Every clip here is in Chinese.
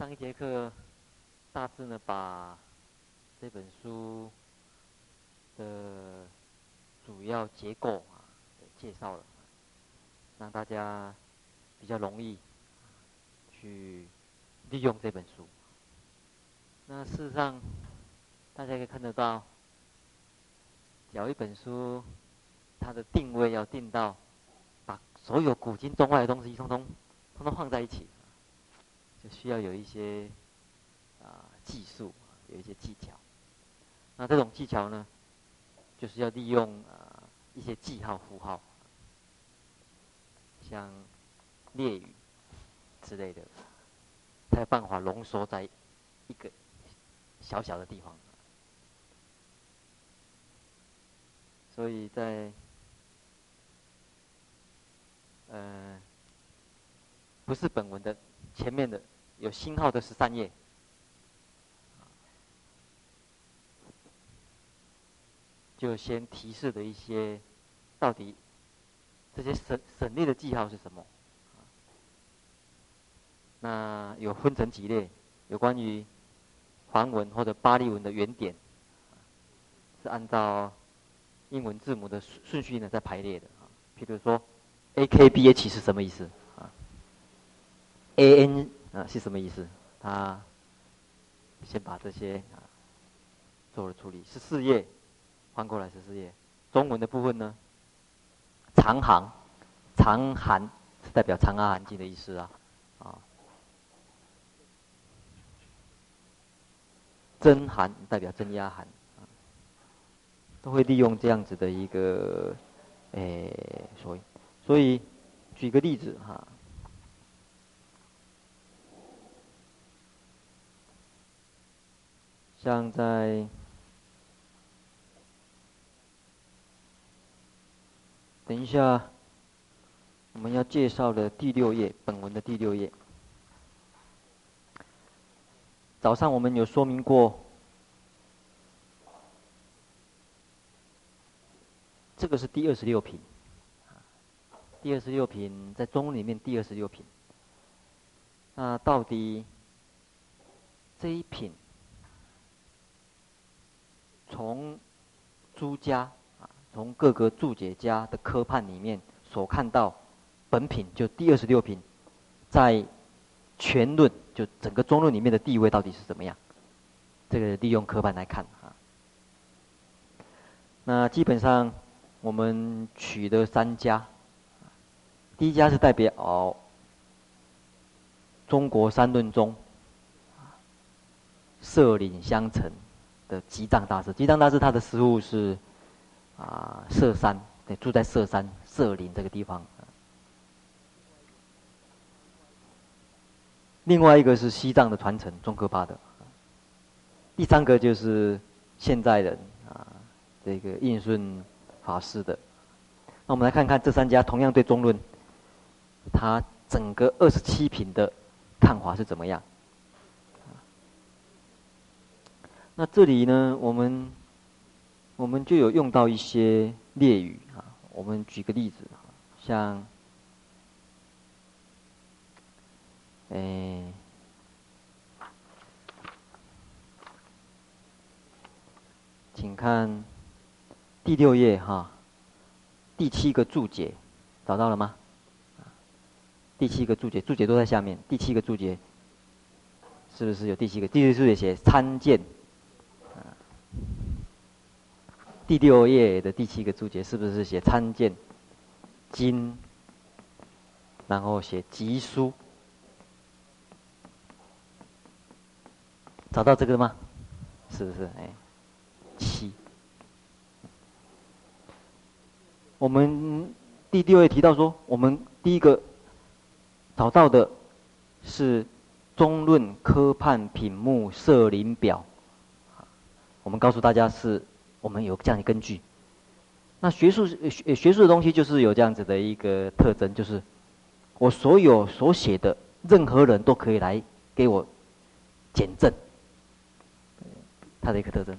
上一节课大致呢把这本书的主要结构介绍了，让大家比较容易去利用这本书。那事实上，大家可以看得到，只要一本书，它的定位要定到把所有古今中外的东西通通放在一起，就需要有一些技术，有一些技巧。那这种技巧呢，就是要利用一些记号符号，像列语之类的，才有办法浓缩在一个小小的地方。所以在不是本文的前面的有星号的13页，就先提示的一些到底这些省略的记号是什么。那有分成几类，有关于梵文或者巴利文的原点，是按照英文字母的顺序呢在排列的。譬如说 AKBH 是什么意思？AN 是什么意思？他先把这些做了处理。14页翻过来14页，中文的部分呢，长寒是代表长阿含经的意思啊。真寒代表真压寒，都会利用这样子的一个所以举个例子哈，像在等一下我们要介绍的第6页，本文的第6页。早上我们有说明过，这个是第26品，第26品在中文里面第26品。那到底这一品从诸家从各个注解家的科判里面所看到，本品就第26品，在全论就整个中论里面的地位到底是怎么样？这个利用科判来看那基本上我们取的3家，第一家是代表中国三论中摄领相承的吉藏大师。吉藏大师他的师父是舍山，住在舍山摄领这个地方。另外一个是西藏的传承宗喀巴的，第3个就是现在人这个印顺法师的。那我们来看看这3家同样对中论，他整个27品的看法是怎么样。那这里呢，我们就有用到一些列语我们举个例子，像请看第6页第7个注解，找到了吗？第7个注解，注解都在下面。第7个注解是不是有第7个？第7个注解写参见。第6页的第7个注解是不是写参见经，然后写集书？找到这个吗？是不是？7。我们第6页提到说，我们第一个找到的是中论科判品目摄领表。我们告诉大家是我们有这样的根据。那学术的东西就是有这样子的一个特征，就是我所有所写的，任何人都可以来给我检证。它的一个特征，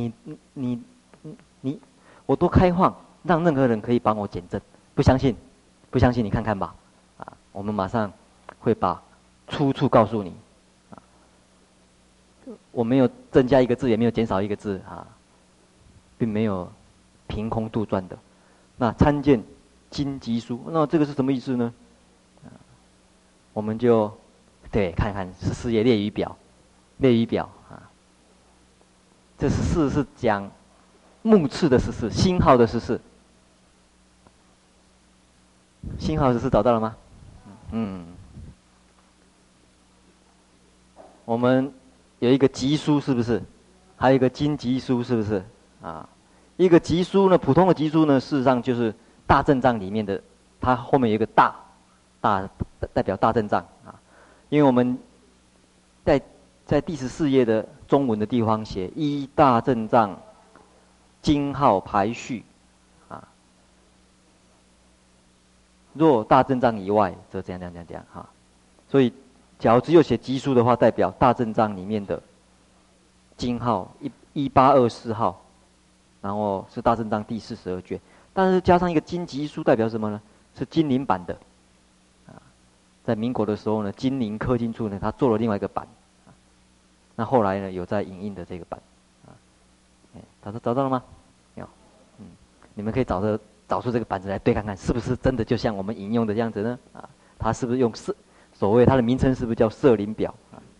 我都开放，让任何人可以帮我检证。不相信你看看吧，我们马上会把出处告诉你。 我没有增加一个字，也没有减少一个字啊，并没有凭空杜撰的。那参见经籍书，那这个是什么意思呢？我们就对看看14页列语表，列语表啊，这14是讲目次的14，星号的14。星号14找到了吗？我们有一个集书，是不是？还有一个经籍书，是不是？啊，一个集书呢，普通的集书呢，事实上就是大正藏里面的，它后面有一个大代表大正藏啊。因为我们在第14页的中文的地方写依大正藏经号排序啊，若大正藏以外，则这样哈。所以，假如只有写集书的话，代表大正藏里面的经号1824号，然后是大正藏第42卷。但是加上一个经籍书，代表什么呢？是金陵版的。在民国的时候呢，金陵科经处呢，他做了另外一个版。那后来呢，有在影印的这个版。找到了吗？有。你们可以找出这个板子来对看看，是不是真的就像我们引用的这样子呢？啊，它是不是用所谓它的名称是不是叫舍林表？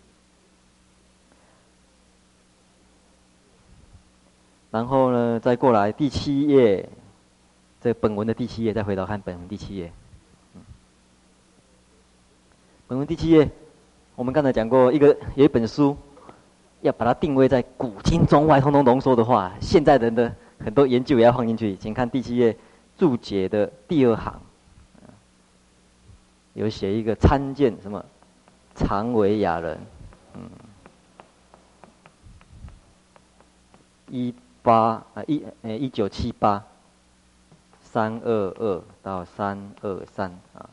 然后呢，再过来第7页，这本文的第7页，再回头看本文第7页。本文第7页，我们刚才讲过，有一本书，要把它定位在古今中外通通浓缩的话，现在人的很多研究也要放进去。请看第7页注解的第2行，有写一个参见什么常为雅人，1978 322到323啊。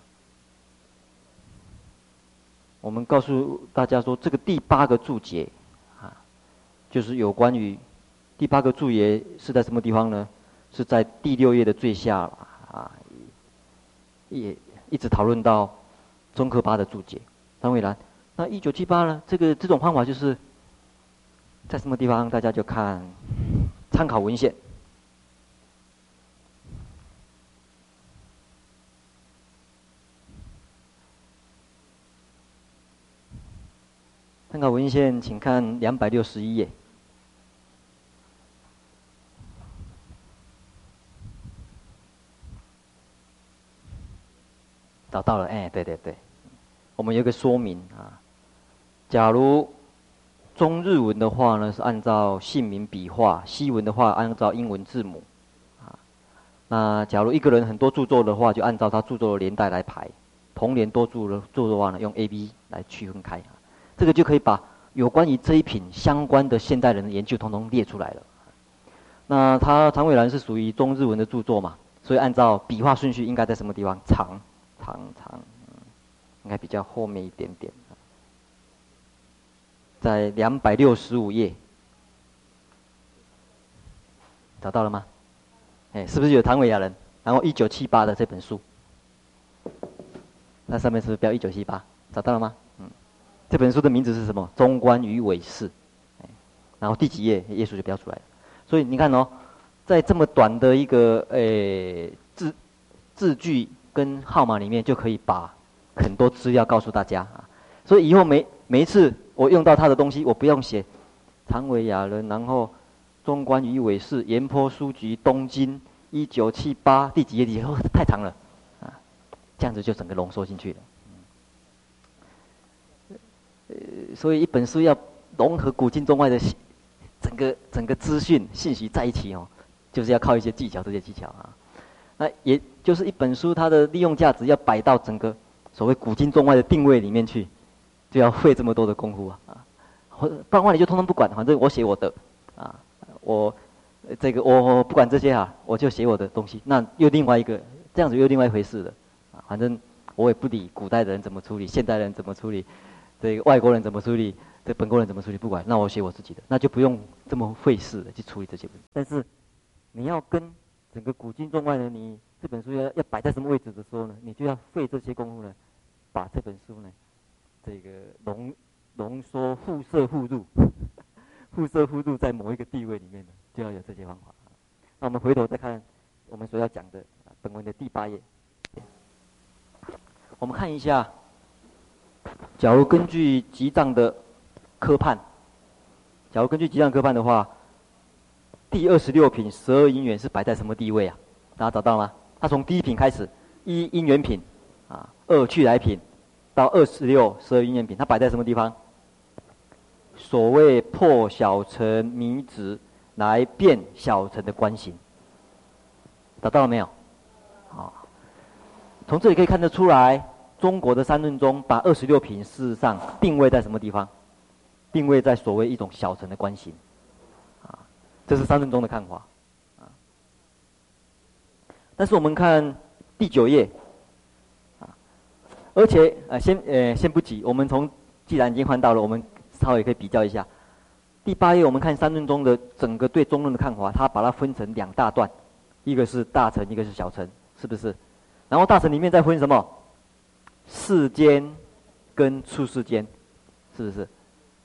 我们告诉大家说，这个第8个注解啊，就是有关于第8个注解是在什么地方呢？是在第6页的最下啊，也一直讨论到中科8的注解。张伟兰，那1978呢？这种方法就是在什么地方？大家就看参考文献。参考文献，请看261页。找到了，对，我们有一个说明啊。假如中日文的话呢，是按照姓名笔画；西文的话，按照英文字母。啊，那假如一个人很多著作的话，就按照他著作的年代来排。同年多著作的话呢，用 A、B 来区分开。这个就可以把有关于这一品相关的现代人的研究统统列出来了。那常伟然是属于中日文的著作嘛，所以按照笔画顺序应该在什么地方？长，应该比较后面一点点，在265页，找到了吗？是不是有唐伟雅人？然后1978的这本书，那上面是不是标1978？找到了吗？这本书的名字是什么？中观与伪释。然后第几页页数就标出来了。所以你看哦，在这么短的一个字句跟号码里面，就可以把很多资料告诉大家啊。所以以后每一次我用到他的东西，我不用写常伟雅人，然后中观与伪释，岩坡书局东京1978第几页太长了啊，这样子就整个浓缩进去了。所以一本书要融合古今中外的整个资讯信息在一起哦，就是要靠一些技巧，这些技巧啊。那也就是一本书它的利用价值要摆到整个所谓古今中外的定位里面去，就要费这么多的功夫啊。不然的话你就通通不管，反正我写我的啊，我不管这些啊，我就写我的东西。那又另外一个这样子又另外一回事了啊。反正我也不理古代的人怎么处理，现代人怎么处理。这个外国人怎么处理，这本国人怎么处理，不管，那我写我自己的，那就不用这么费事的去处理这些问题。但是你要跟整个古今中外呢，你这本书要摆在什么位置的时候呢，你就要费这些功夫呢，把这本书呢，这个浓缩互摄互入， 复摄互度在某一个地位里面呢，就要有这些方法。那我们回头再看我们所要讲的本文的第8页，我们看一下，假如根据集藏的科判，的话，第26品12因缘是摆在什么地位啊？大家找到吗？它从第1品开始，1因缘品，2去来品，到26 12因缘品，它摆在什么地方？所谓破小乘迷执来变小乘的观行，找到了没有？从这里可以看得出来，中国的三论宗把26品事实上定位在什么地方？定位在所谓一种小乘的观行，这是三论宗的看法，但是我们看第9页，而且先不急，我们既然已经换到了，我们稍微可以比较一下。第8页我们看三论宗的整个对中论的看法，它把它分成2大段，一个是大乘，一个是小乘，是不是？然后大乘里面再分什么？世间跟出世间，是不是？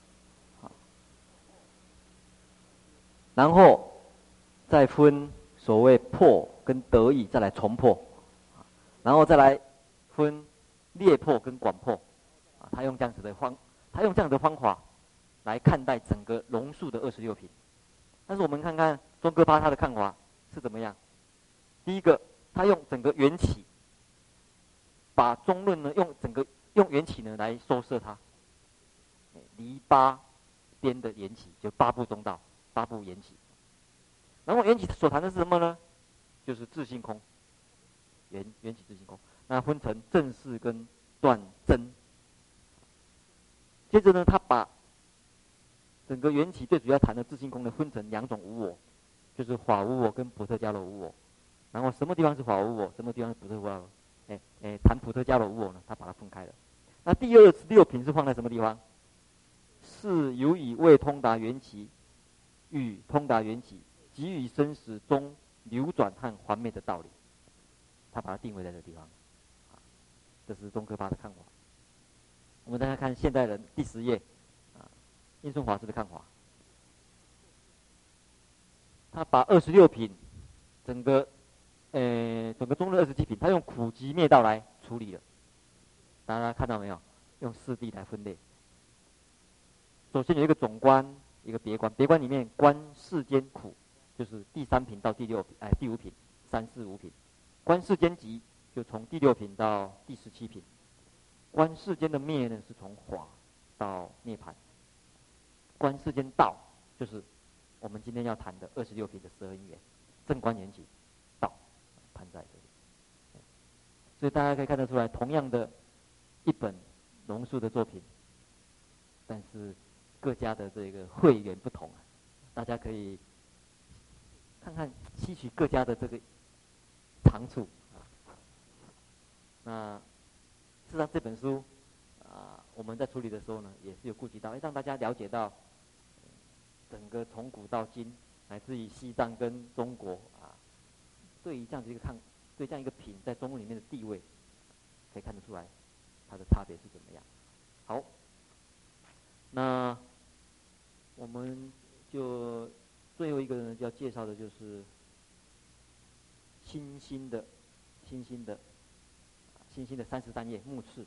然后再分所谓破跟得意，再来重破，然后再来分裂破跟广破，他用这样的方法来看待整个龙树的26品。但是我们看看宗喀巴他的看法是怎么样。第一个，他用整个缘起，把中论呢用缘起呢来收摄它，离8边的缘起，就8部中道，8部缘起。然后缘起所谈的是什么呢？就是自性空，缘起自性空。那分成正视跟断真。接着呢，他把整个缘起最主要谈的自性空呢，分成2种无我，就是法无我跟普特伽罗无我。然后什么地方是法无我，什么地方是普特伽罗？谈普特伽罗无我呢，他把它分开了。那第26品是放在什么地方？是由于未通达缘起与通达缘起，给予生死中流转和还灭的道理，他把它定位在这个地方。这是宗喀巴的看法。我们再来看现代人第10页，印顺法师的看法。他把26品整个中论27品，他用苦集灭道来处理了。大家看到没有？用4谛来分类。首先有一个总观，一个别观。别观里面观世间苦，就是第3品到第5品，3、4、5品。观世间集就从第6品到第17品。观世间的灭呢，是从法到涅槃。观世间道，就是我们今天要谈的26品的12因缘，正观缘起道，盘在这里。所以大家可以看得出来，同样的一本龙树的作品，但是各家的这个慧缘不同，大家可以看看吸取各家的这个长处。那事实上这本书我们在处理的时候呢，也是有顾及到，让大家了解到整个从古到今，乃至于西藏跟中国对于这样子对这样一个品在中文里面的地位，可以看得出来它的差别是怎么样。好，那我们就最后一个呢，就要介绍的就是新兴的33页目次。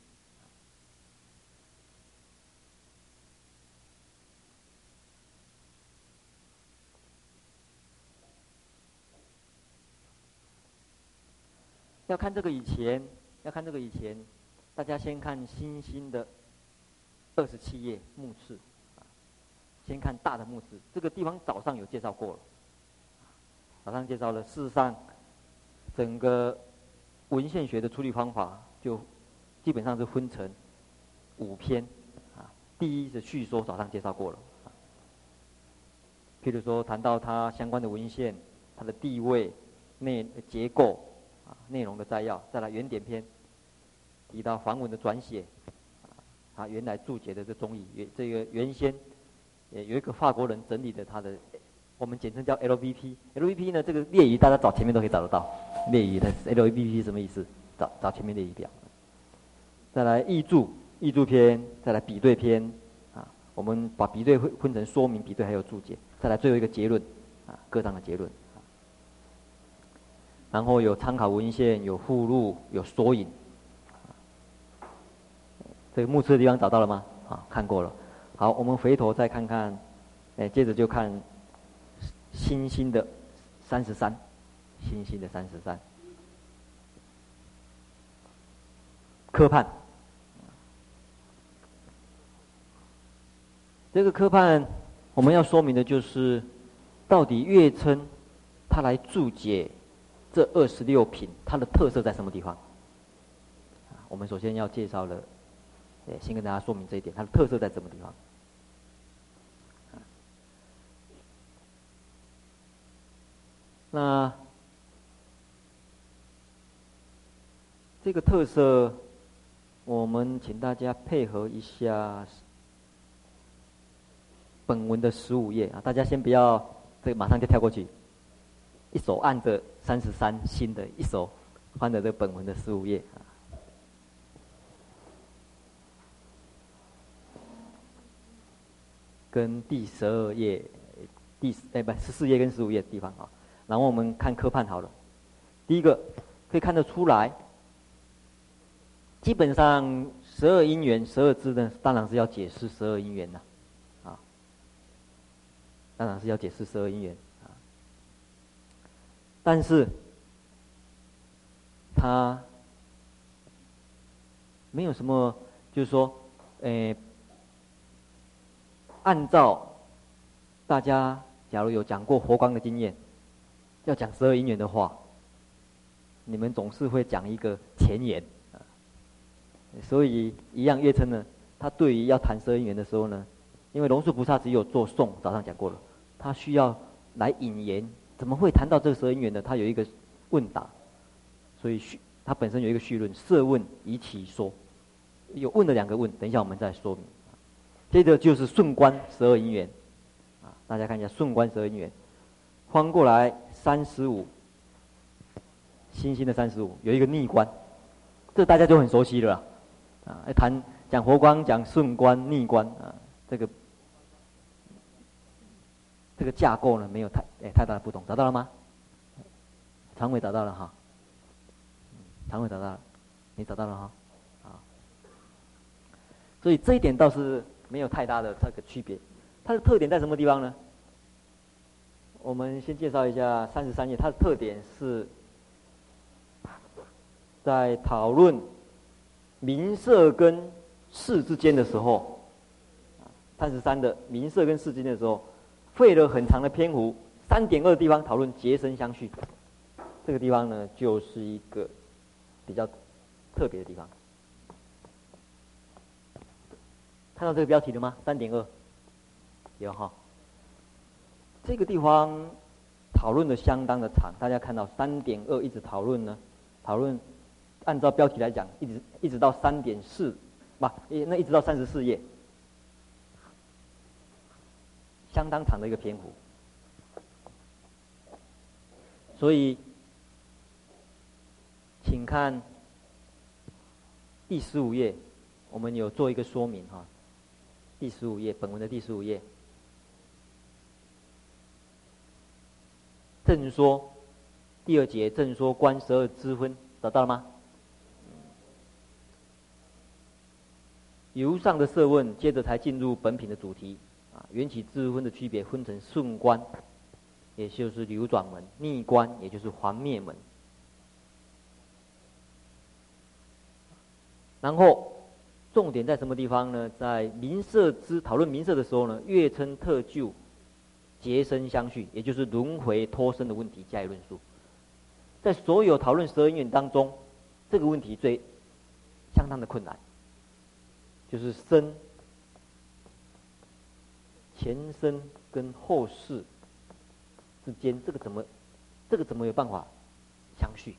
要看这个以前，大家先看新兴的27页目次，先看大的目次。这个地方早上有介绍过了，早上介绍了。事实上，整个文献学的处理方法就基本上是分成5篇。第一是叙说，早上介绍过了。譬如说谈到它相关的文献、它的地位、结构、内容的摘要，再来原点篇，提到梵文的转写，他原来注解的这中译，这个原先有一个法国人整理的他的，我们简称叫 LVP。LVP 呢，这个列仪大家找前面都可以找得到，列仪的 LVP 什么意思？找前面列仪表。再来译注篇，再来比对篇， 我们把比对分成说明、比对还有注解，再来最后一个结论啊，各章的结论。然后有参考文献，有附录，有索引。这个目次的地方找到了吗？啊，看过了。好，我们回头再看看，接着就看新兴的33，新兴的33，科判。这个科判我们要说明的就是，到底乐称它来注解这26品，它的特色在什么地方？我们首先要介绍了，先跟大家说明这一点，它的特色在什么地方？那这个特色，我们请大家配合一下本文的15页啊，大家先不要这个马上就跳过去，一手按着33新的，一手翻着这本文的15页啊。跟第12页、14页跟15页的地方啊，然后我们看科判好了。第一个可以看得出来，基本上12因缘、12支呢，当然是要解释12因缘呐，啊，当然是要解释12因缘啊。但是它没有什么，就是说，按照大家假如有讲过佛光的经验，要讲12因缘的话，你们总是会讲一个前言啊。所以一样乐称呢，他对于要谈12因缘的时候呢，因为龙树菩萨只有做颂，早上讲过了，他需要来引言，怎么会谈到这个12因缘呢？他有一个问答，所以他本身有一个序论，设问以起说，有问了2个问，等一下我们再说明。接着就是顺观12因缘，啊，大家看一下顺观12因缘，翻过来35，新兴的35有一个逆观，这大家就很熟悉了啊，讲佛光讲顺观逆观啊，这个架构呢没有太大的不同，找到了吗？常委找到了哈，常委找到了，你找到了哈，啊，所以这一点倒是没有太大的这个区别。它的特点在什么地方呢？我们先介绍一下33页，它的特点是在讨论名色跟事之间的时候，33的名色跟事之间的时候，费了很长的篇幅，3.2的地方讨论结生相续，这个地方呢就是一个比较特别的地方。看到这个标题了吗？3.2有哈。这个地方讨论的相当的长，大家看到3.2一直讨论呢，讨论按照标题来讲，一直到3.4，那一直到34页，相当长的一个篇幅。所以，请看第15页，我们有做一个说明哈。第15页，本文的第15页，正说第2节，正说观12支分，找到了吗？由上的设问，接着才进入本品的主题啊。缘起支分的区别分成顺观，也就是流转门；逆观，也就是还灭门。然后重点在什么地方呢？在名色之讨论名色的时候呢，乐称特就结生相续，也就是轮回脱生的问题加以论述。在所有讨论12因缘当中，这个问题相当的困难，就是前生跟后世之间，这个怎么有办法相续？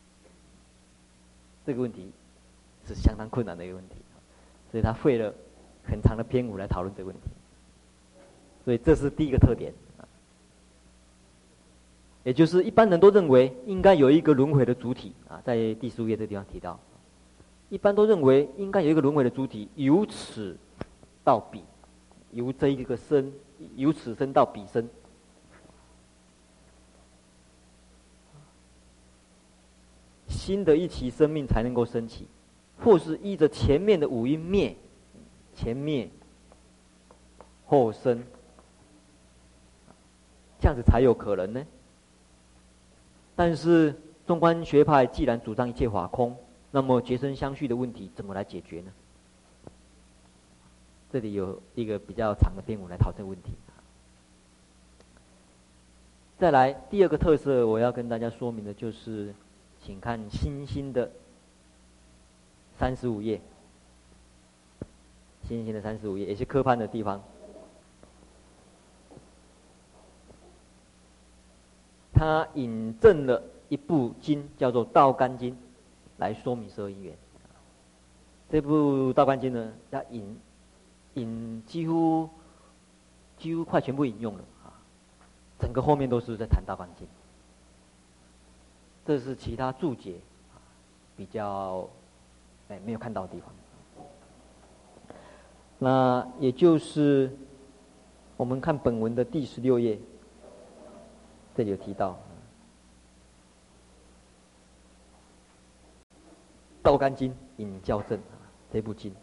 这个问题是相当困难的一个问题，所以他费了很长的篇幅来讨论这个问题。所以这是第一个特点，也就是一般人都认为应该有一个轮回的主体啊，在第15页这地方提到，一般都认为应该有一个轮回的主体，由此到彼， 由这一个身，由此生到彼生，新的一期生命才能够升起，或是依着前面的五阴灭，前灭后生，这样子才有可能呢。但是中观学派既然主张一切法空，那么觉生相续的问题怎么来解决呢？这里有一个比较长的篇文来讨论问题。再来第二个特色，我要跟大家说明的就是，请看新兴的35页，新兴的35页也是科判的地方。他引证了一部经，叫做《道干经》，来说明十二因缘。这部《道干经》呢，要引几乎快全部引用了啊，整个后面都是在谈《道干经》。这是其他注解比较没有看到的地方。那也就是我们看本文的第16页。这里有提到《道干经》引教证这部经，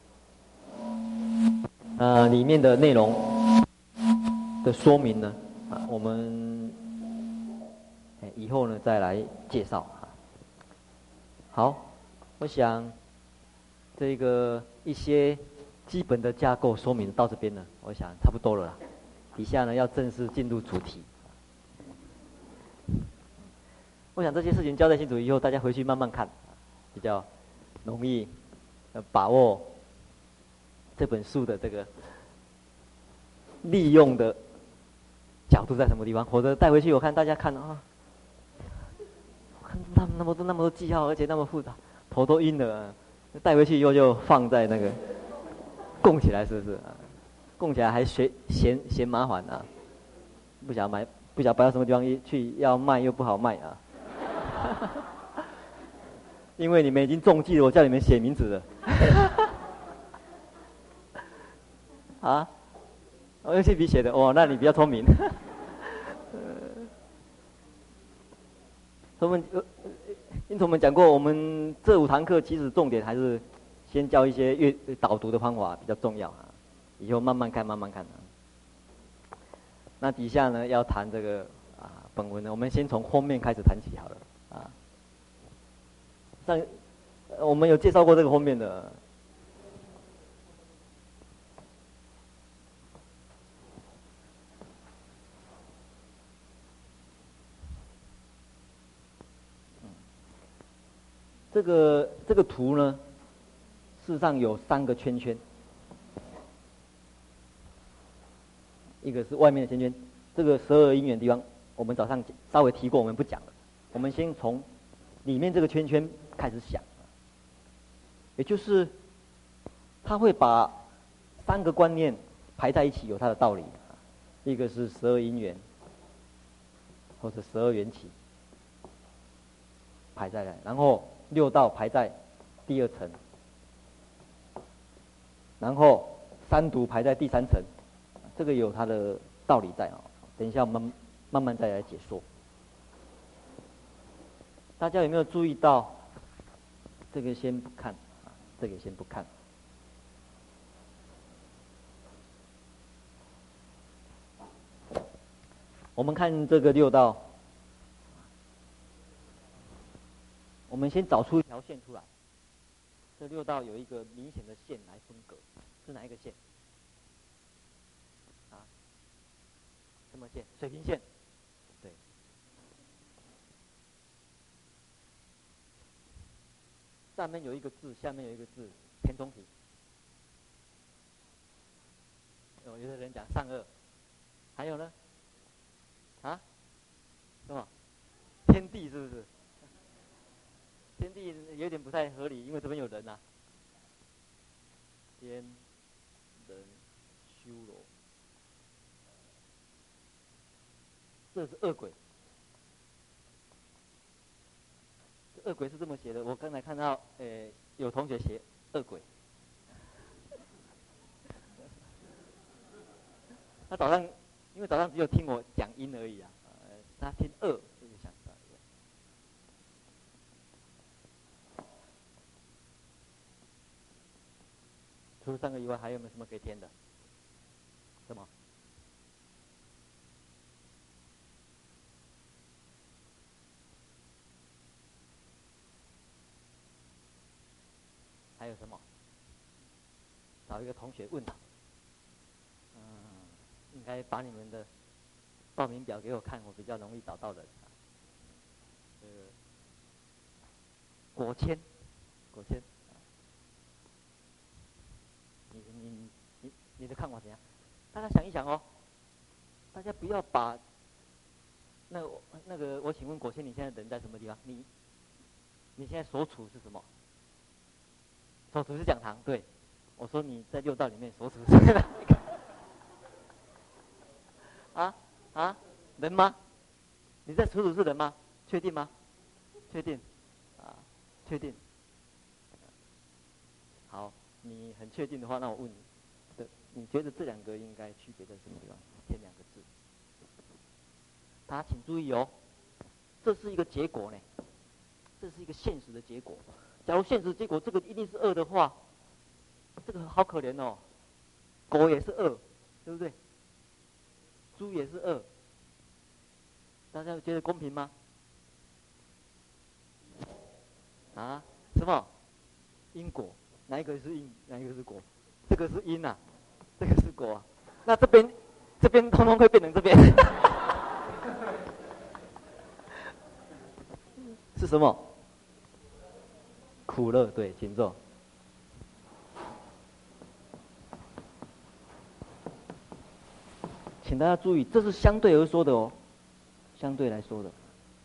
里面的内容的说明呢，我们以后呢再来介绍。好，我想这个一些基本的架构说明到这边呢，我想差不多了啦。底下呢要正式进入主题。我想这些事情交代清楚以后，大家回去慢慢看，比较容易把握这本书的这个利用的角度在什么地方。否则带回去我看大家看啊，看他们那么多记号，而且那么复杂，头都晕了。带回去以后就放在那个供起来，是不是？供起来还嫌麻烦啊，不想买，不想摆到什么地方去，要卖又不好卖啊。因为你们已经中计了，我叫你们写名字了。啊，我用铅笔写的哦，那你比较聪明。因此我们讲过，我们这5堂课其实重点还是先教一些导读的方法比较重要啊，以后慢慢看慢慢看。那底下呢要谈这个本文呢，我们先从后面开始谈起好了啊。我们有介绍过这个后面的。这个图呢，事实上有3个圈圈，一个是外面的圈圈，这个12因缘地方，我们早上稍微提过，我们不讲了。我们先从里面这个圈圈开始想，也就是他会把3个观念排在一起，有它的道理。一个是12因缘，或者12缘起排在那，然后6道排在第2层，然后3毒排在第3层，这个有它的道理在。等一下我们慢慢再来解说。大家有没有注意到？这个先不看，这个先不看。我们看这个6道，我们先找出一条线出来。这6道有一个明显的线来分隔，是哪一个线？什么线？水平线。对。上面有一个字，下面有一个字，填充题。有的人讲上颚，还有呢？什么？天地是不是？天地有点不太合理，因为这边有人啊。天人修罗，这是恶鬼。恶鬼是这么写的，我刚才看到，有同学写恶鬼。 他早上因为早上只有听我讲音而已啊，他听二就想到。除了3个以外，还有没有什么可以填的？什么？还有什么？找一个同学问他。应该把你们的报名表给我看，我比较容易找到人。果谦，果谦，你的看法怎样？大家想一想哦，大家不要把那个，我请问果谦，你现在人在什么地方？你现在所处是什么？所处是讲堂，对。我说你在6道里面所处是哪一个？人吗？你在所处是人吗？确定吗？确定，确定。好，你很确定的话，那我问你，你觉得这2个应该区别在什么地方？填2个字。大家请注意哦，这是一个结果呢，这是一个现实的结果。假如现实结果这个一定是2的话，这个好可怜哦。狗也是2，对不对？猪也是2，大家觉得公平吗？什么？因果，哪一个是因，哪一个是果？这个是因啊，这个是果啊。那这边通通会变成这边，是什么？苦乐，对，请坐。请大家注意，这是相对而说的哦，相对来说的。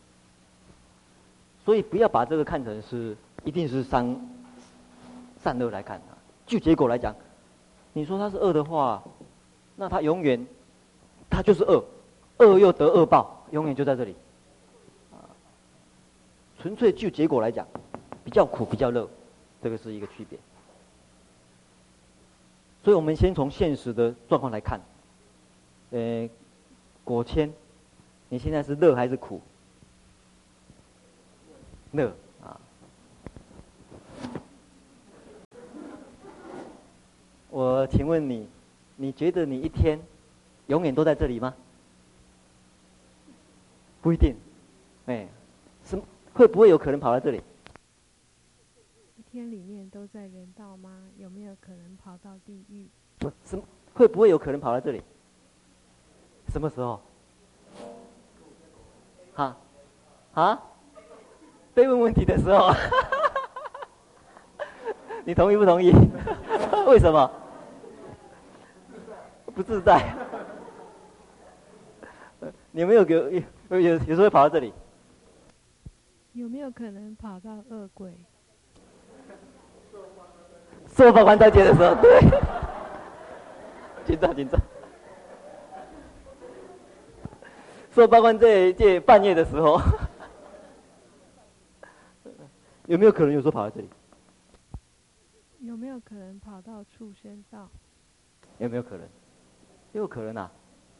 所以不要把这个看成是一定是善恶来看啊。就结果来讲，你说它是恶的话，那它永远，它就是恶，恶又得恶报，永远就在这里。纯粹就结果来讲，比较苦比较乐，这个是一个区别。所以我们先从现实的状况来看，果谦，你现在是乐还是苦？乐啊！我请问你，你觉得你一天永远都在这里吗？不一定，会不会有可能跑到这里？ 一天里面都在人道吗？有没有可能跑到地狱？ 会不会有可能跑到这里？什么时候？被问问题的时候，你同意不同意？为什么？不自在。你没有有时候会跑到这里？ 有没有可能跑到恶鬼？ 受法官在接的时候，对。紧张。受法官在半夜的时候，有没有可能有时候跑到这里？ 有没有可能跑到畜生道？ 有没有可能？也有可能啊。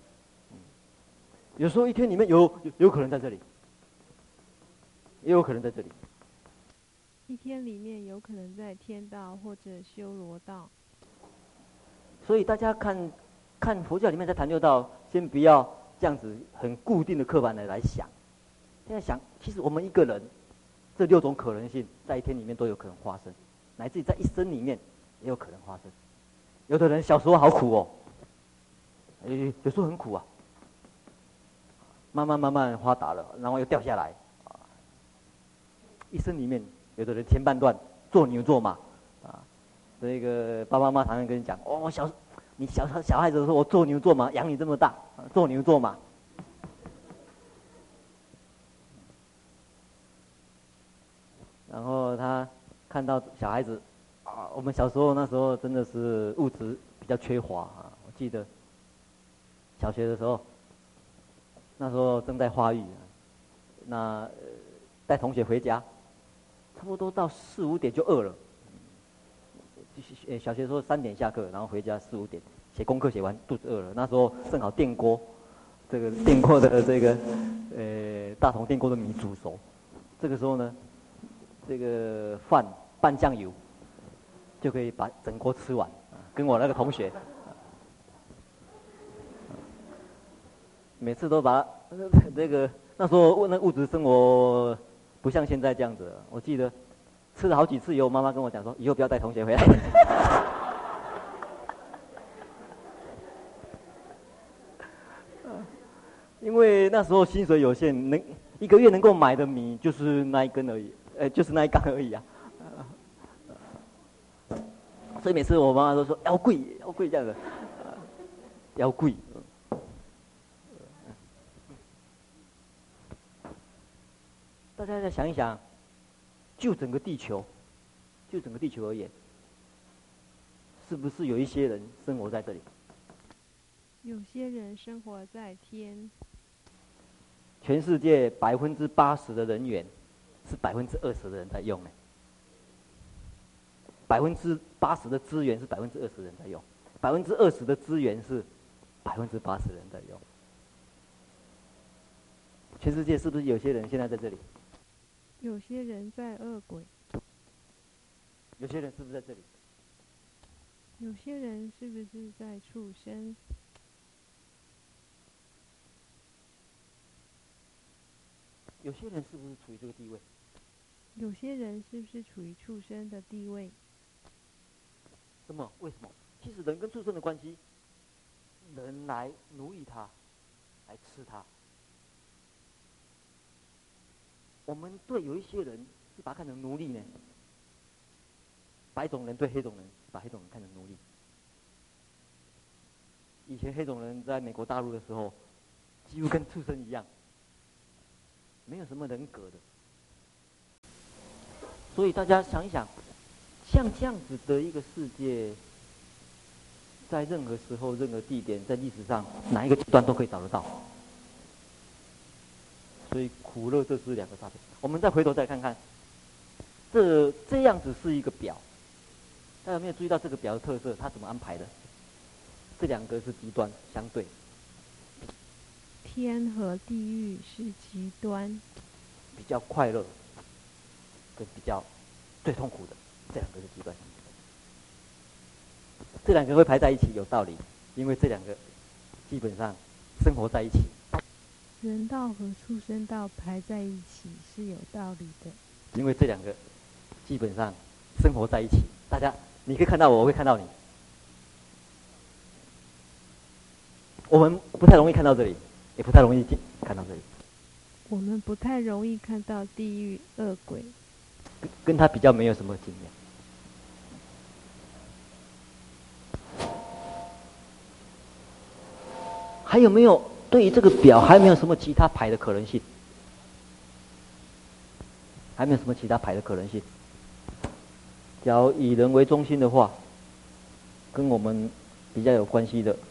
有时候一天里面有可能在这里，也有可能在这里。 一天里面有可能在天道或者修罗道。 所以大家看佛教里面在谈六道，先不要这样子很固定的刻板的来想。现在想，其实我们一个人这6种可能性，在一天里面都有可能发生，乃至于在一生里面也有可能发生。有的人小时候好苦哦，有时候很苦啊，慢慢发达了，然后又掉下来，一生里面，有的人前半段做牛做马，这个爸爸妈妈常常跟你讲，你小孩子的时候，我做牛做马养你这么大，做牛做马。然后他看到小孩子，我们小时候那时候真的是物质比较缺乏啊。我记得小学的时候，那时候正在发育，那带同学回家，差不多到4、5点就饿了。小学的时候3点下课，然后回家4、5点， 写功课写完肚子饿了，那时候正好电锅，这个电锅的这个大同电锅的米煮熟，这个时候呢，这个饭拌酱油，就可以把整锅吃完。跟我那个同学，每次都把这个那时候那物质生活不像现在这样子，我记得吃了好几次以后，妈妈跟我讲说，以后不要带同学回来。因为那时候薪水有限，一个月能够买的米就是那一根而已，就是那一缸而已啊。所以每次我妈妈都说要贵要贵这样子，要贵。大家再想一想，就整个地球而言，是不是有一些人生活在这里？ 有些人生活在天。 全世界80%的人员，是20%的人在用呢。80%的资源是20%人在用，20%的资源是80%人在用。全世界是不是有些人现在在这里？ 有些人在恶鬼。 有些人是不是在这里？ 有些人是不是在畜生？ 有些人是不是处于这个地位？ 有些人是不是处于畜生的地位？ 什么？为什么？其实人跟畜生的关系，人来奴役他，来吃他。我们对有一些人是把他看成奴隶呢。白种人对黑种人，把黑种人看成奴隶。以前黑种人在美国大陆的时候，几乎跟畜生一样，没有什么人格的。所以大家想一想，像这样子的一个世界，在任何时候、任何地点，在历史上哪一个阶段都可以找得到。所以苦乐这是两个差别。我们再回头再看看，这样子是一个表，大家有没有注意到这个表的特色？它怎么安排的？这两个是极端相对。 天和地狱是极端。 比较快乐，跟比较最痛苦的，这两个是极端相对。这两个会排在一起有道理，因为这两个基本上生活在一起。 人道和畜生道排在一起是有道理的， 因为这两个基本上生活在一起。大家，你可以看到我，我会看到你。我们不太容易看到这里，也不太容易看到这里。 我们不太容易看到地狱恶鬼， 跟他比较没有什么经验。还有没有对于这个表还有没有什么其他排的可能性？还没有什么其他排的可能性。假如以人为中心的话，跟我们比较有关系的，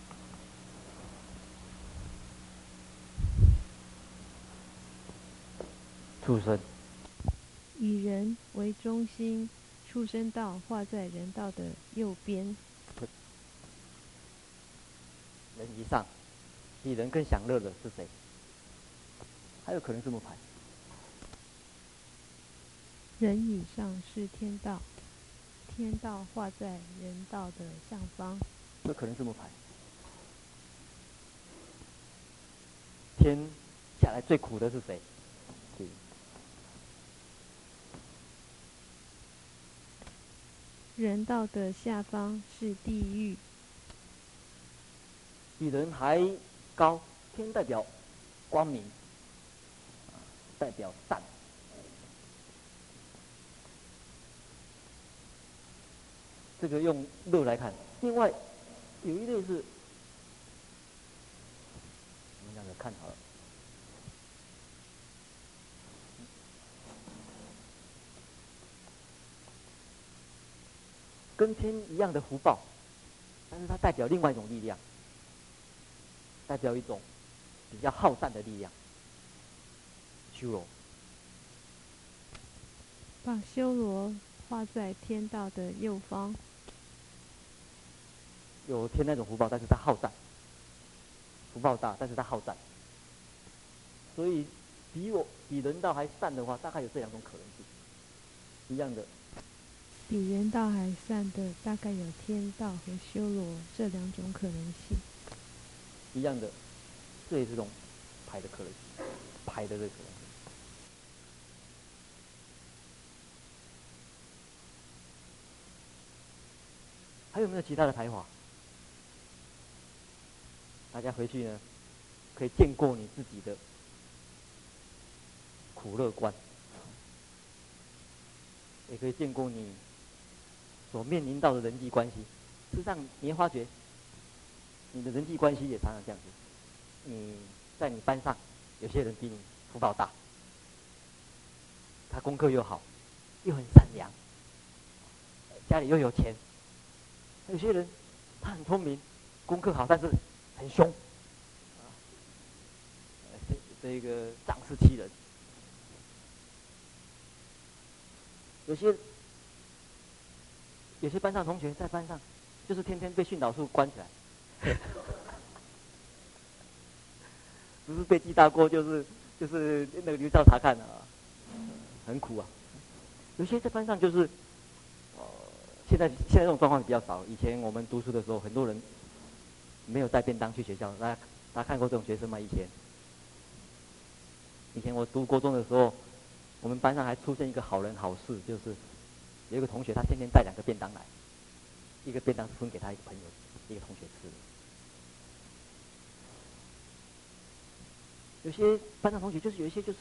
畜生。 以人为中心，畜生道画在人道的右边。 人以上，比人更享乐的是谁？还有可能这么排。 人以上是天道，天道画在人道的上方。 有可能这么排。天下来最苦的是谁？ 人道的下方是地狱。 比人还高，天代表光明，代表善。这个用乐来看。另外有一类是，我们两个看好了。跟天一样的福报，但是它代表另外一种力量，代表一种比较好战的力量。修罗， 把修罗画在天道的右方。 有天那种福报，但是他好战，福报大，但是他好战，所以比人道还善的话，大概有这两种可能性，一样的。 比人道还善的，大概有天道和修罗这两种可能性。 一样的，这也是种排的可能性，排的这个可能性。还有没有其他的排法？大家回去呢，可以建构你自己的苦乐观，也可以建构你所面临到的人际关系。事实上，你会发觉，你的人际关系也常常这样子。你在你班上，有些人比你福报大，他功课又好，又很善良，家里又有钱。有些人他很聪明，功课好，但是很凶，这个仗势欺人。有些班上同学在班上，就是天天被训导处关起来，不是被记大过，就是那个留校察看啊，很苦啊。有些在班上就是，现在这种状况比较少。以前我们读书的时候，很多人没有带便当去学校。大家看过这种学生吗？以前我读国中的时候，我们班上还出现一个好人好事，就是有一个同学他天天带2个便当来，一个便当是分给他一个朋友，一个同学吃的。有些班上同学就是有一些就是，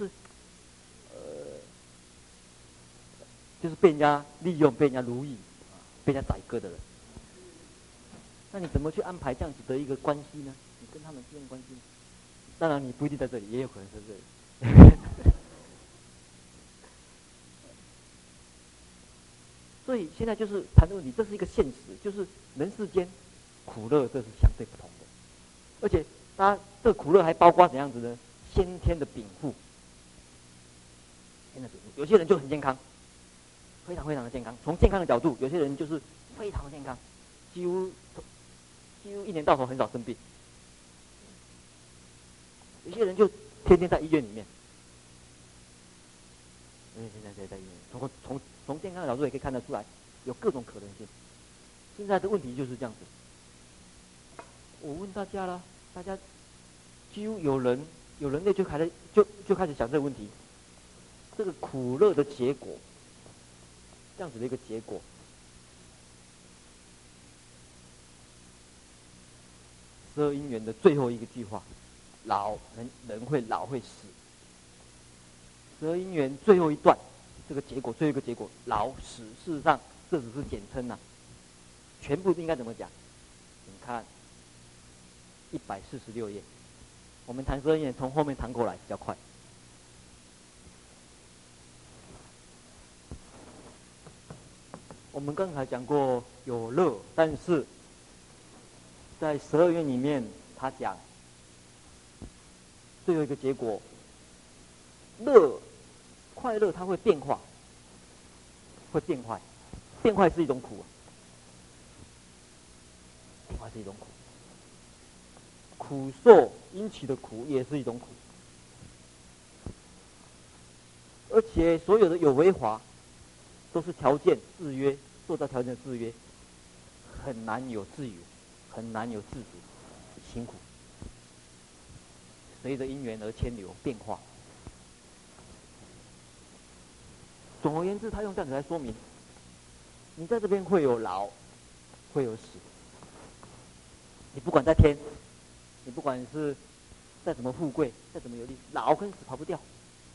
就是被人家利用、被人家奴役、被人家宰割的人。那你怎么去安排这样子的一个关系呢？你跟他们之间的关系呢？当然，你不一定在这里，也有可能在这里。所以现在就是谈的问题，这是一个现实，就是人世间苦乐这是相对不同的，而且它这个苦乐还包括怎样子呢？先天的禀赋，有些人就很健康，非常非常的健康。从健康的角度，有些人就是非常的健康，几乎一年到头很少生病。有些人就天天在医院里面，现在在医院。从健康的角度也可以看得出来，有各种可能性。现在的问题就是这样子。我问大家了，大家几乎有人类就开始想这个问题，这个苦乐的结果，这样子的一个结果。12因缘的最后一个句话，人会老会死。12因缘最后一段，这个结果最后一个结果老死，事实上这只是简称啊，全部应该怎么讲？你看146页，我们谈12因缘从后面谈过来比较快。我们刚才讲过有乐，但是在12愿里面，他讲最后一个结果，快乐它会变化，会变坏，变坏是一种苦，变坏是一种苦，苦受因起的苦也是一种苦，而且所有的有为法都是条件制约，受到条件的制约，很难有自由，很难有自主，辛苦，随着因缘而迁流变化。总而言之，他用这样子来说明，你在这边会有老，会有死。你不管在天，你不管是再怎么富贵，再怎么有利，老跟死跑不掉。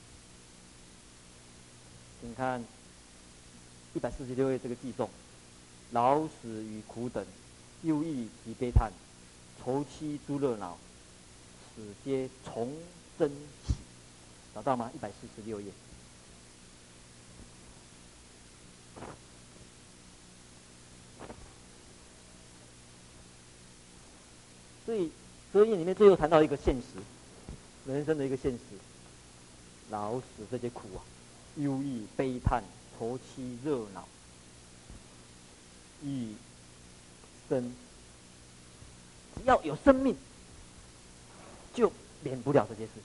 请看146页这个记诵：老死与苦等，忧郁及悲叹，愁戚诸热恼，此皆从生起。找到吗？146页。所以12因里面最后谈到一个现实，人生的一个现实，老死这些苦啊，忧郁、悲叹、愁戚、热恼、欲生只要有生命，就免不了这些事情。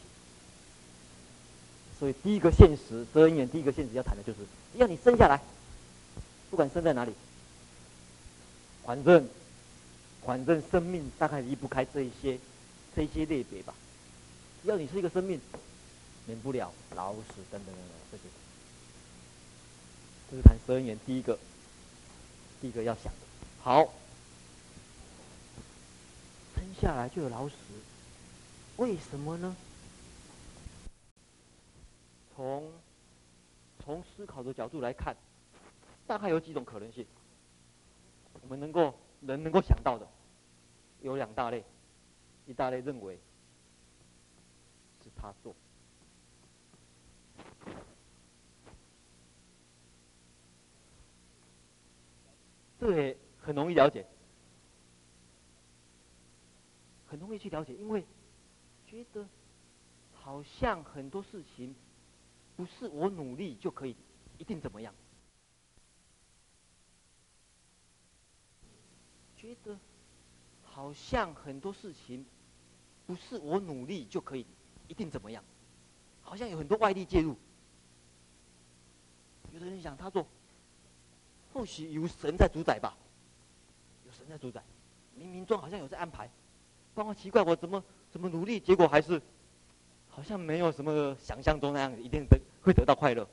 所以第一个现实，十二因缘第一个现实要谈的就是，只要你生下来，不管生在哪里，反正生命大概离不开这一些类别吧。只要你是一个生命，免不了老死等等等等这些。这是谈十二因缘第一个要想的。好，生下来就有老死，为什么呢？从思考的角度来看，大概有几种可能性。我们人能够想到的有两大类，一大类认为是他做，这也很容易了解，很容易去了解，因为觉得好像很多事情不是我努力就可以一定怎么样，觉得好像很多事情不是我努力就可以一定怎么样，好像有很多外力介入。有的人想他做，或许有神在主宰吧，有神在主宰，冥冥中好像有在安排。不然奇怪，我怎么努力，结果还是好像没有什么想象中那样，一定会得到快乐。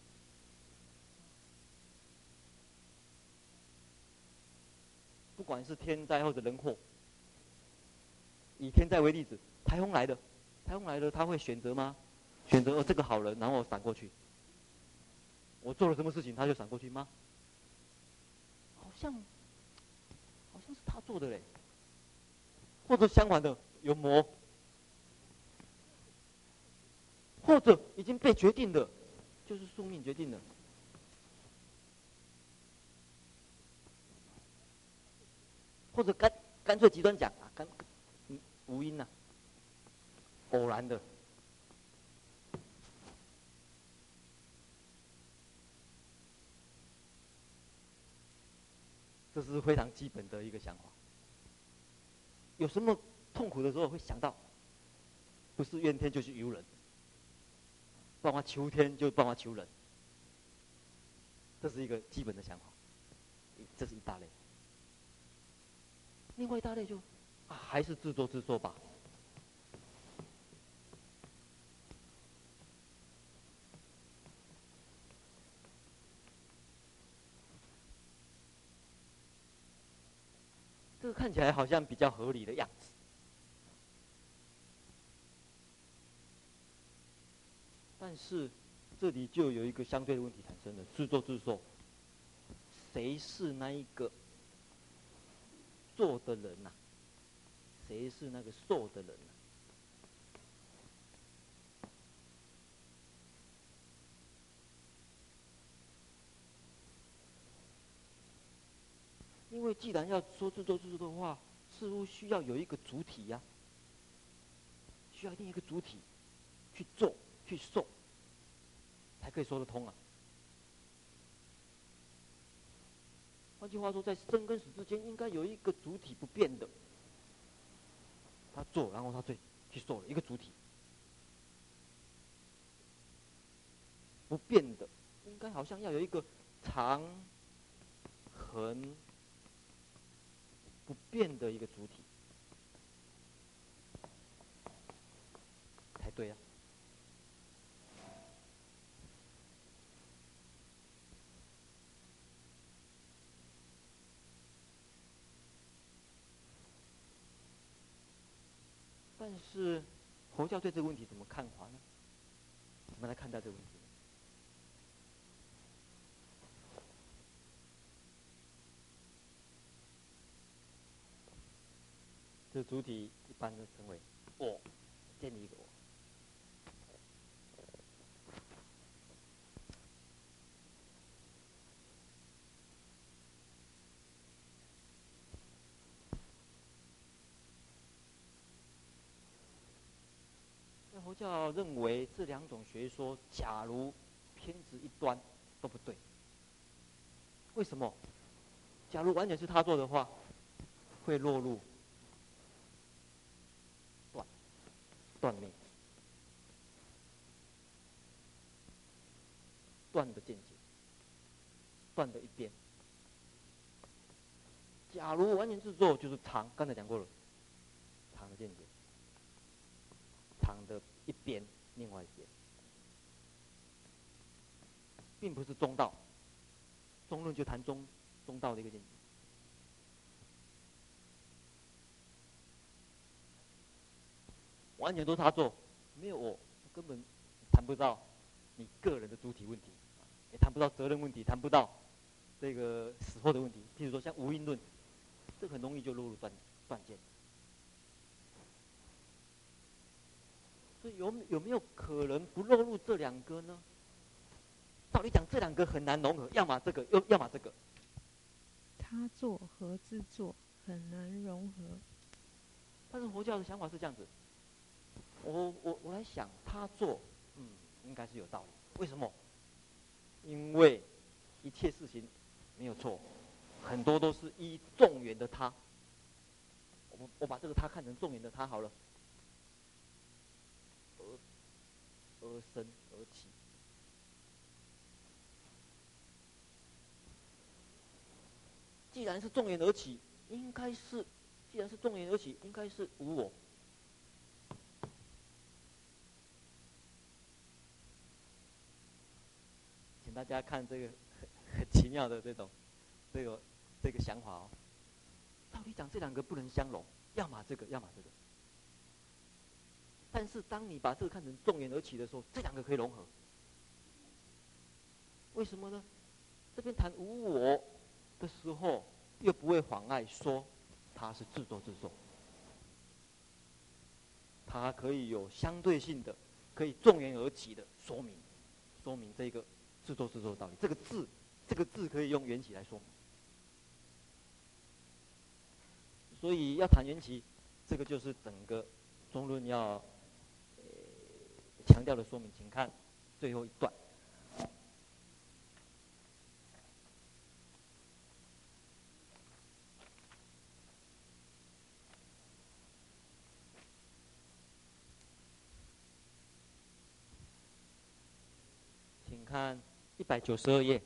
不管是天灾或者人祸，以天灾为例子，台风来了，他会选择吗？选择这个好人，然后闪过去。我做了什么事情，他就闪过去吗？好像是他做的嘞，或者相反的有魔，或者已经被决定的，就是宿命决定的。或者干脆极端讲啊，无因呐、偶然的。这是非常基本的一个想法。有什么痛苦的时候会想到，不是怨天就是尤人，不然求天就办法求人，这是一个基本的想法。这是一大类。另外一大类就还是自作自受吧。这个看起来好像比较合理的样子，但是这里就有一个相对的问题产生了：自作自受，谁是那一个做的人呐、谁是那个受的人呐、因为既然要说自作自受的话，似乎需要有一个主体呀、需要另一个主体去做去受，才可以说得通啊。换句话说，在生跟死之间，应该有一个主体不变的，他做，然后他去受了一个主体不变的，应该好像要有一个长恒不变的一个主体才对啊。但是佛教对这个问题怎么看法呢？怎么来看待这个问题？这个主体一般都称为我，建立一个我。那佛教认为这两种学说，假如偏执一端都不对。为什么？假如完全是他做的话，会落入断灭，断的见解，断的一边。假如完全制作就是常，刚才讲过了，常的见解，常的一边，另外一边，并不是中道。中论就谈中道的一个见解。完全都是他做，没有我，根本谈不到你个人的主体问题，也谈不到责任问题，谈不到这个死后的问题。譬如说像无因论，这很容易就落入断见。所以有没有可能不落入这两个呢？照理讲，这两个很难融合，要么这个，要么这个。 他做和之做很难融合。 但是佛教的想法是这样子。我来想，他做，应该是有道理。为什么？因为一切事情没有错，很多都是依众缘的他。我把这个他看成众缘的他好了，而生而起。既然是众缘而起，既然是众缘而起，应该是无我。请大家看这个很奇妙的这个想法哦。照理讲，这两个不能相容，要么这个，要么这个。但是当你把这个看成众缘而起的时候，这两个可以融合。为什么呢？这边谈无我的时候，又不会妨碍说它是自作自受，它可以有相对性的，可以众缘而起的说明这个自作自受的道理。这个字可以用缘起来说明。所以要谈缘起，这个就是整个中论要强调的说明。请看最后一段。请看192页，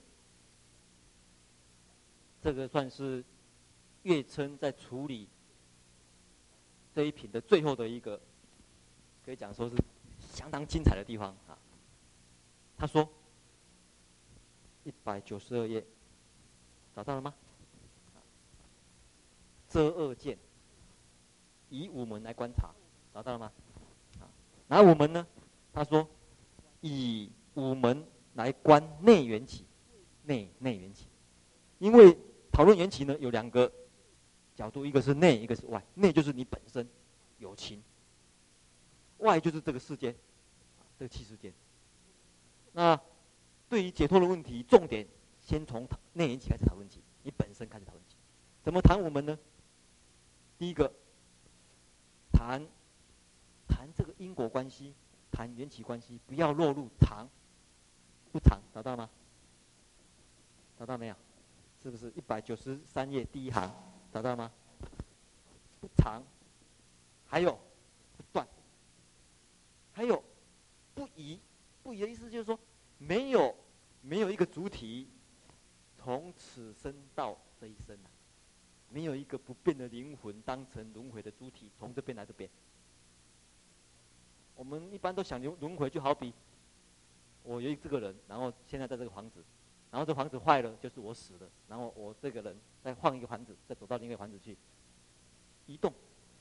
这个算是月称在处理这一品的最后的一个，可以讲说是相当精彩的地方啊。他说，192页，找到了吗？遮恶见，以五门来观察，找到了吗？哪五门呢？他说，以五门来观内缘起，内缘起。因为讨论缘起呢，有两个角度，一个是内，一个是外。内就是你本身有情，外就是这个世间，这个器世间。那对于解脱的问题，重点先从内缘起开始讨论起，你本身开始讨论起。怎么谈五门呢？第一个，谈这个因果关系，谈缘起关系，不要落入常不常，找到吗？找到没有？是不是193页第一行？找到吗？不常，还有不断，还有不移。不移的意思就是说，没有一个主体从此生到这一生啊，没有一个不变的灵魂当成轮回的主体，从这边来这边。我们一般都想轮回，就好比我有这个人，然后现在在这个房子，然后这房子坏了，就是我死了，然后我这个人再换一个房子，再走到另一个房子去移动。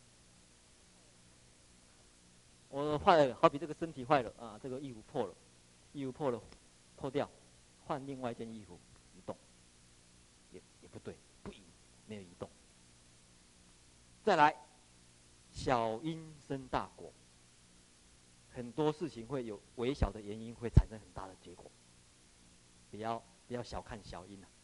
我坏了，好比这个身体坏了啊，这个衣服破了，脱掉，换另外一件衣服，移动，也不对，不移，没有移动。再来，小因生大果。很多事情会有微小的原因，会产生很大的结果。不要小看小因啊，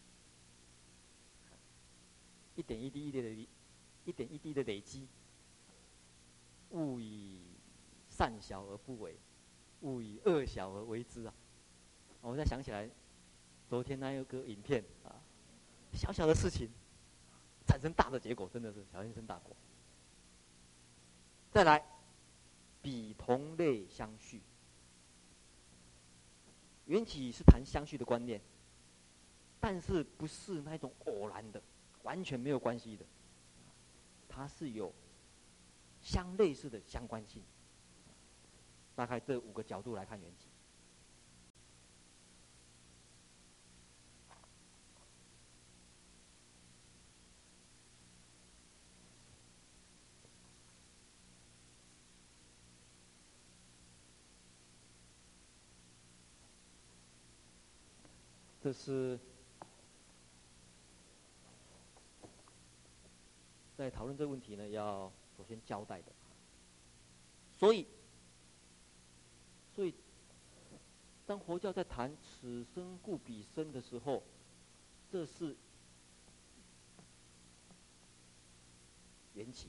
一点一滴的累积，勿以善小而不为，勿以恶小而为之啊！我再想起来，昨天那有个影片啊，小小的事情产生大的结果，真的是小因生大果。再来， 比同类相续。缘起是谈相续的观念，但是不是那种偶然的，完全没有关系的，它是有相类似的相关性。大概这5个角度来看缘起。这是在讨论这个问题呢，要首先交代的。所以，当佛教在谈此生故彼生的时候，这是缘起，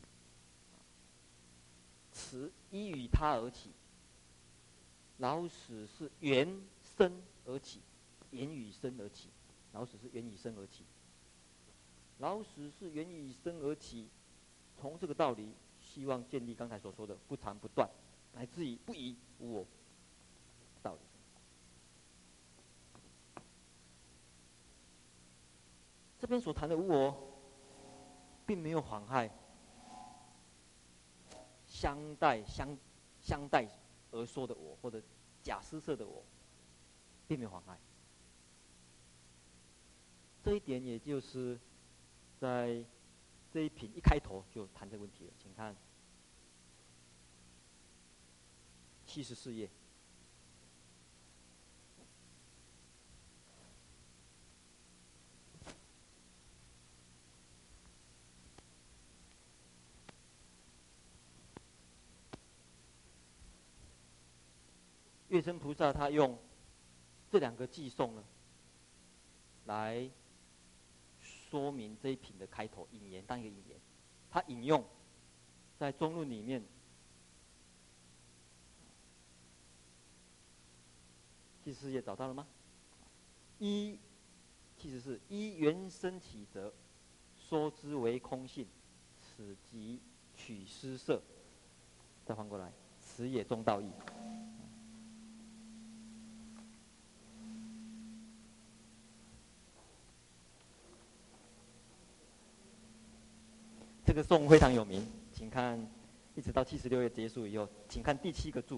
此依于他而起，老死是缘生而起，缘与生而起，老死是缘与生而起，老死是缘与生而起。从这个道理，希望建立刚才所说的不长不断，乃至于不疑无我道理。这边所谈的无我，并没有妨害相待而说的我，或者假施设的我，并没有妨害。这一点也就是在这一品一开头就谈这个问题了，请看74页。月生菩萨他用这2个偈颂呢，来说明这一品的开头引言，当一个引言。他引用在中论里面74页找到了吗？74依缘生起则，说之为空性，此即取施设。再翻过来，此也中道义。这个颂非常有名，请看，一直到76页结束以后，请看第7个注，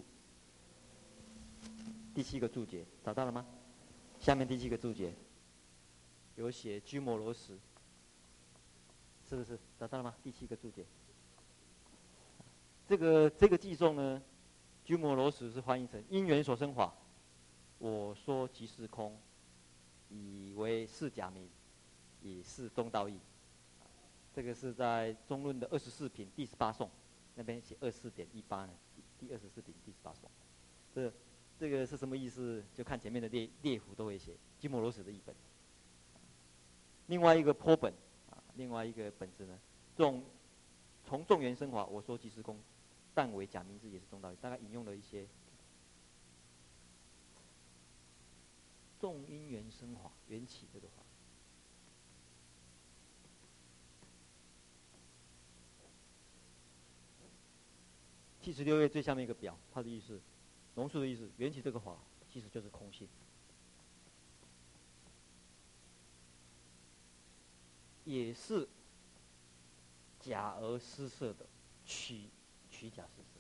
第7个注解找到了吗？下面第7个注解有写居摩罗什，是不是找到了吗？第7个注解，这个偈颂呢，居摩罗什是翻译成因缘所生法，我说即是空，以为是假名，以是中道义。这个是在中论的24品第18颂，那边写24.18呢，第24品第18颂。这个是什么意思？就看前面的列符都会写居摩罗什的译本。另外一个坡本另外一个本子呢，从众缘生法，我说即是空，但为假名字也是中道义，大概引用了一些众因缘生法缘起这个法。76页最下面一个表，它的意思，龙树的意思，缘起这个法其实就是空性，也是假而施设的取假施设。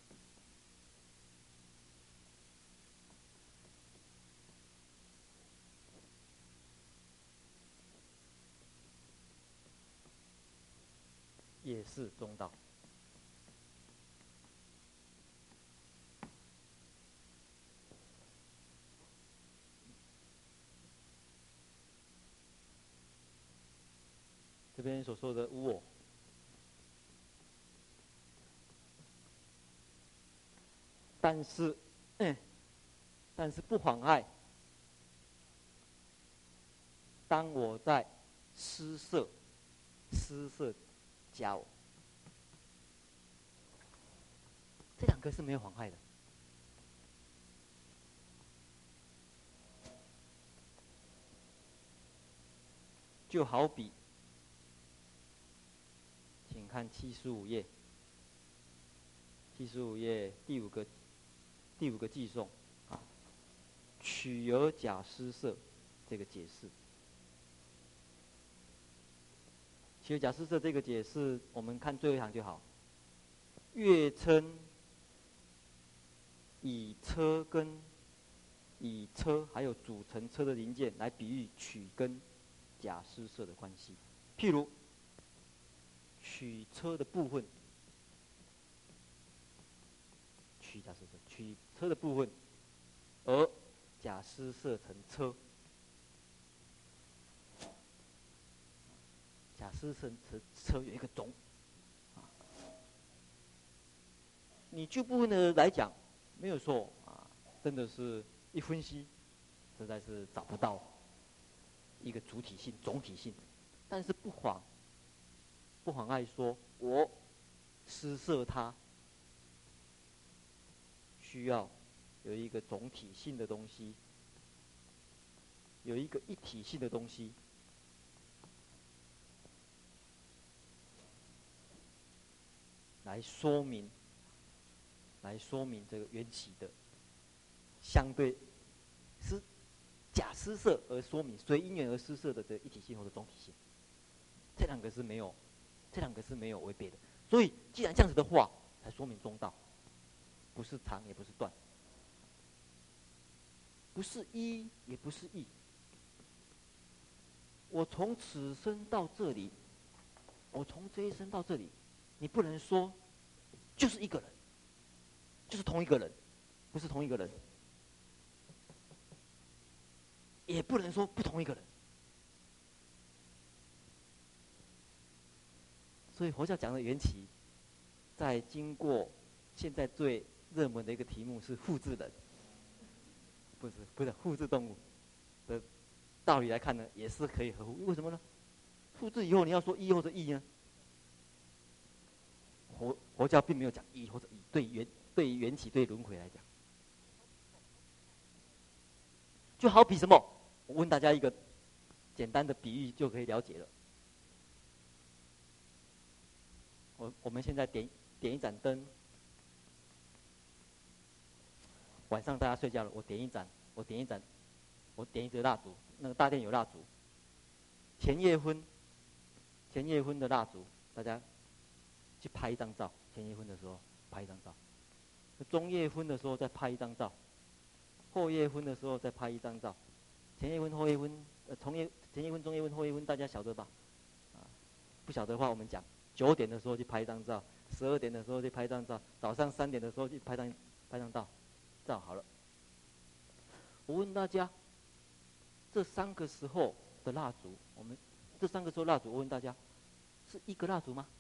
也是中道。这边所说的无我，但是不妨碍，当我在施设假我，这2个是没有妨害的。就好比，请看75页第15页第五个偈颂啊，取而假施设这个解释。取而假施设这个解释，我们看最后一行就好。乐称以车还有组成车的零件来比喻取跟假施设的关系。譬如取车的部分，取车的部分，而假施设成车，假施设成车有一个种。你就部分的来讲，没有错啊，真的是一分析，实在是找不到一个主体性、总体性，但是不妨碍说，我施设它需要有一个总体性的东西，有一个一体性的东西，来说明这个缘起的相对是假施设而说明随因缘而施设的这个一体性或者总体性，这两个是没有违背的。所以既然这样子的话，才说明中道，不是长也不是短，不是一也不是异。我从此生到这里，我从这一生到这里，你不能说就是一个人，就是同一个人，不是同一个人，也不能说不同一个人。所以佛教讲的缘起，在经过现在最热门的一个题目是复制人，不是复制动物的道理来看呢，也是可以合乎。为什么呢？复制以后你要说一或者异呢？佛教并没有讲一或者异，对缘起对轮回来讲，就好比什么？我问大家一个简单的比喻就可以了解了。我们现在点一盏灯，晚上大家睡觉了，我点一支蜡烛，那个大殿有蜡烛。前夜昏的蜡烛，大家去拍一张照。前夜昏的时候拍一张照，中夜昏的时候再拍一张照，后夜昏的时候再拍一张照。前夜昏、后夜昏，前夜昏、中夜昏、后夜昏，大家晓得吧？不晓得的话，我们讲9点的时候去拍一张照，12点的时候去拍一张照，早上3点的时候去拍张照好了。我问大家，这3个时候的蜡烛，我问大家，是一个蜡烛吗？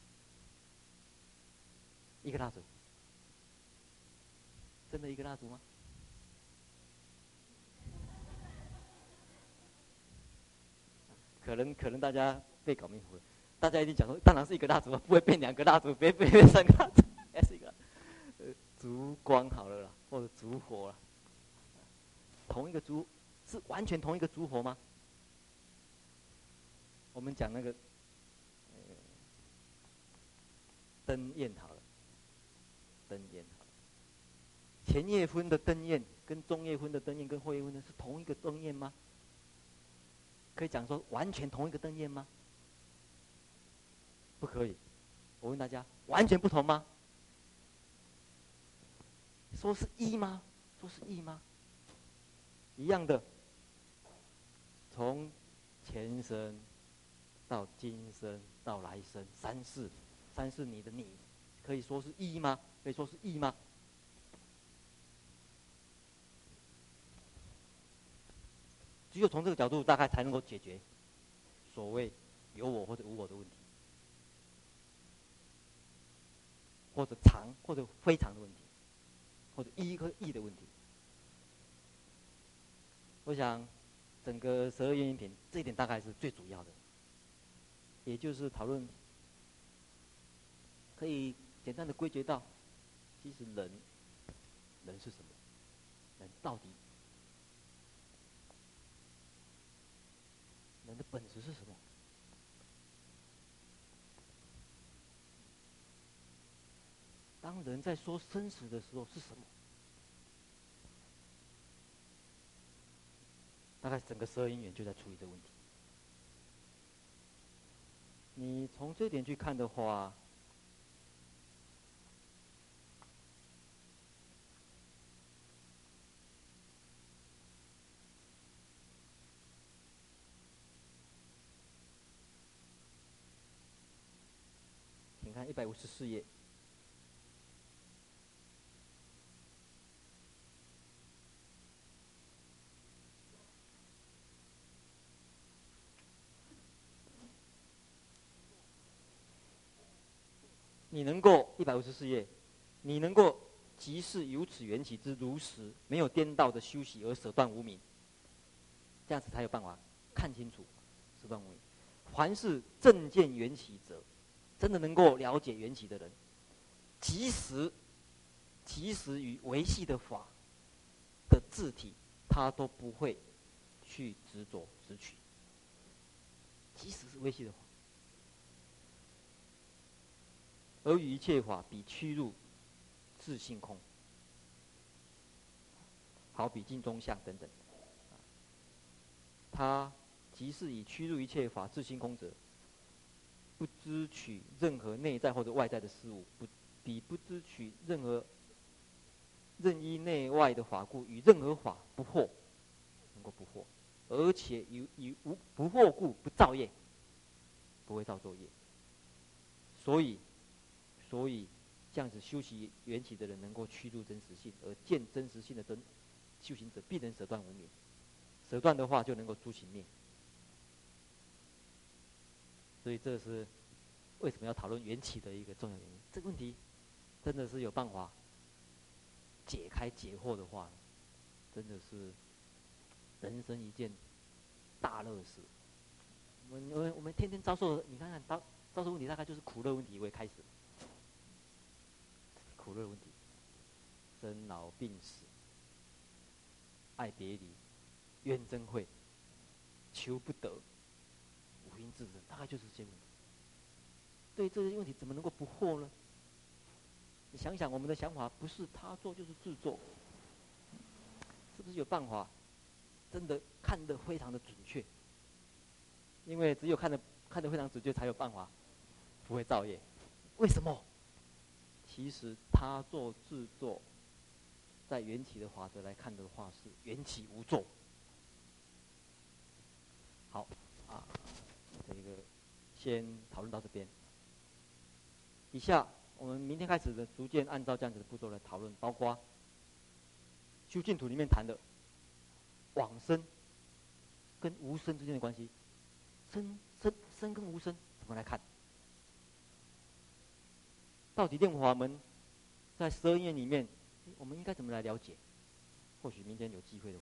一个蜡烛，真的一个蜡烛吗？可能大家被搞迷糊了，大家一定讲说，当然是一个蜡烛，不会变2个蜡烛，别3个蜡烛，还是一个烛光好了啦，或者烛火啦。同一个烛是完全同一个烛火吗？我们讲那个灯焰好了，前夜昏的灯焰跟中夜昏的灯焰跟后夜昏的是同一个灯焰吗？可以讲说完全同一个灯焰吗？不可以。我问大家，完全不同吗？说是一吗？一样的，从前生到今生到来生，三世你的你，可以说是一吗？可以说是异吗？只有从这个角度，大概才能够解决所谓有我或者无我的问题，或者常或者非常的问题，或者一和异的问题。我想，整个12愿因品这一点大概是最主要的，也就是讨论，可以简单的归结到，其实人是什么？人到底？人的本质是什么？当当人在说生死的时候是什么？大概整个12因缘就在处理这个问题。你从这点去看的话，请看154页。你能够154页，你能够即是由此缘起之如实，没有颠倒的修习而舍断无明，这样子才有办法看清楚舍断无明。凡是正见缘起者，真的能够了解缘起的人，即使于维系的法的字体，他都不会去执着执取，即使是维系的法。而于一切法比趋入自性空，好比镜中相等等。他即是以趋入一切法自性空者，不知取任何内在或者外在的事物，比不知取任依内外的法故，与任何法不惑，能够不惑，而且以无不惑故不造业，不会造作业。所以这样子修习缘起的人，能够趋入真实性，而见真实性的修行者，必能舍断无明。舍断的话，就能够诸行灭。所以这是为什么要讨论缘起的一个重要原因。这个问题真的是有办法解开解惑的话，真的是人生一件大乐事。我们天天遭受，你看看遭受问题，大概就是苦乐问题为开始。苦乐问题，生老病死，爱别离，怨憎会，求不得，五阴炽盛，大概就是这些问题。对这些问题怎么能够不惑呢？你想想，我们的想法不是他做就是自做，是不是有办法真的看得非常的准确？因为只有看得非常准确，才有办法不会造业。为什么？其实他做自作，在缘起的法则来看的话，是缘起无作。好啊，这个先讨论到这边。以下我们明天开始的逐渐按照这样子的步骤来讨论，包括修净土里面谈的往生跟无生之间的关系，生跟无生怎么来看？到底念佛法门在12因缘里面，我们应该怎么来了解？或许明天有机会的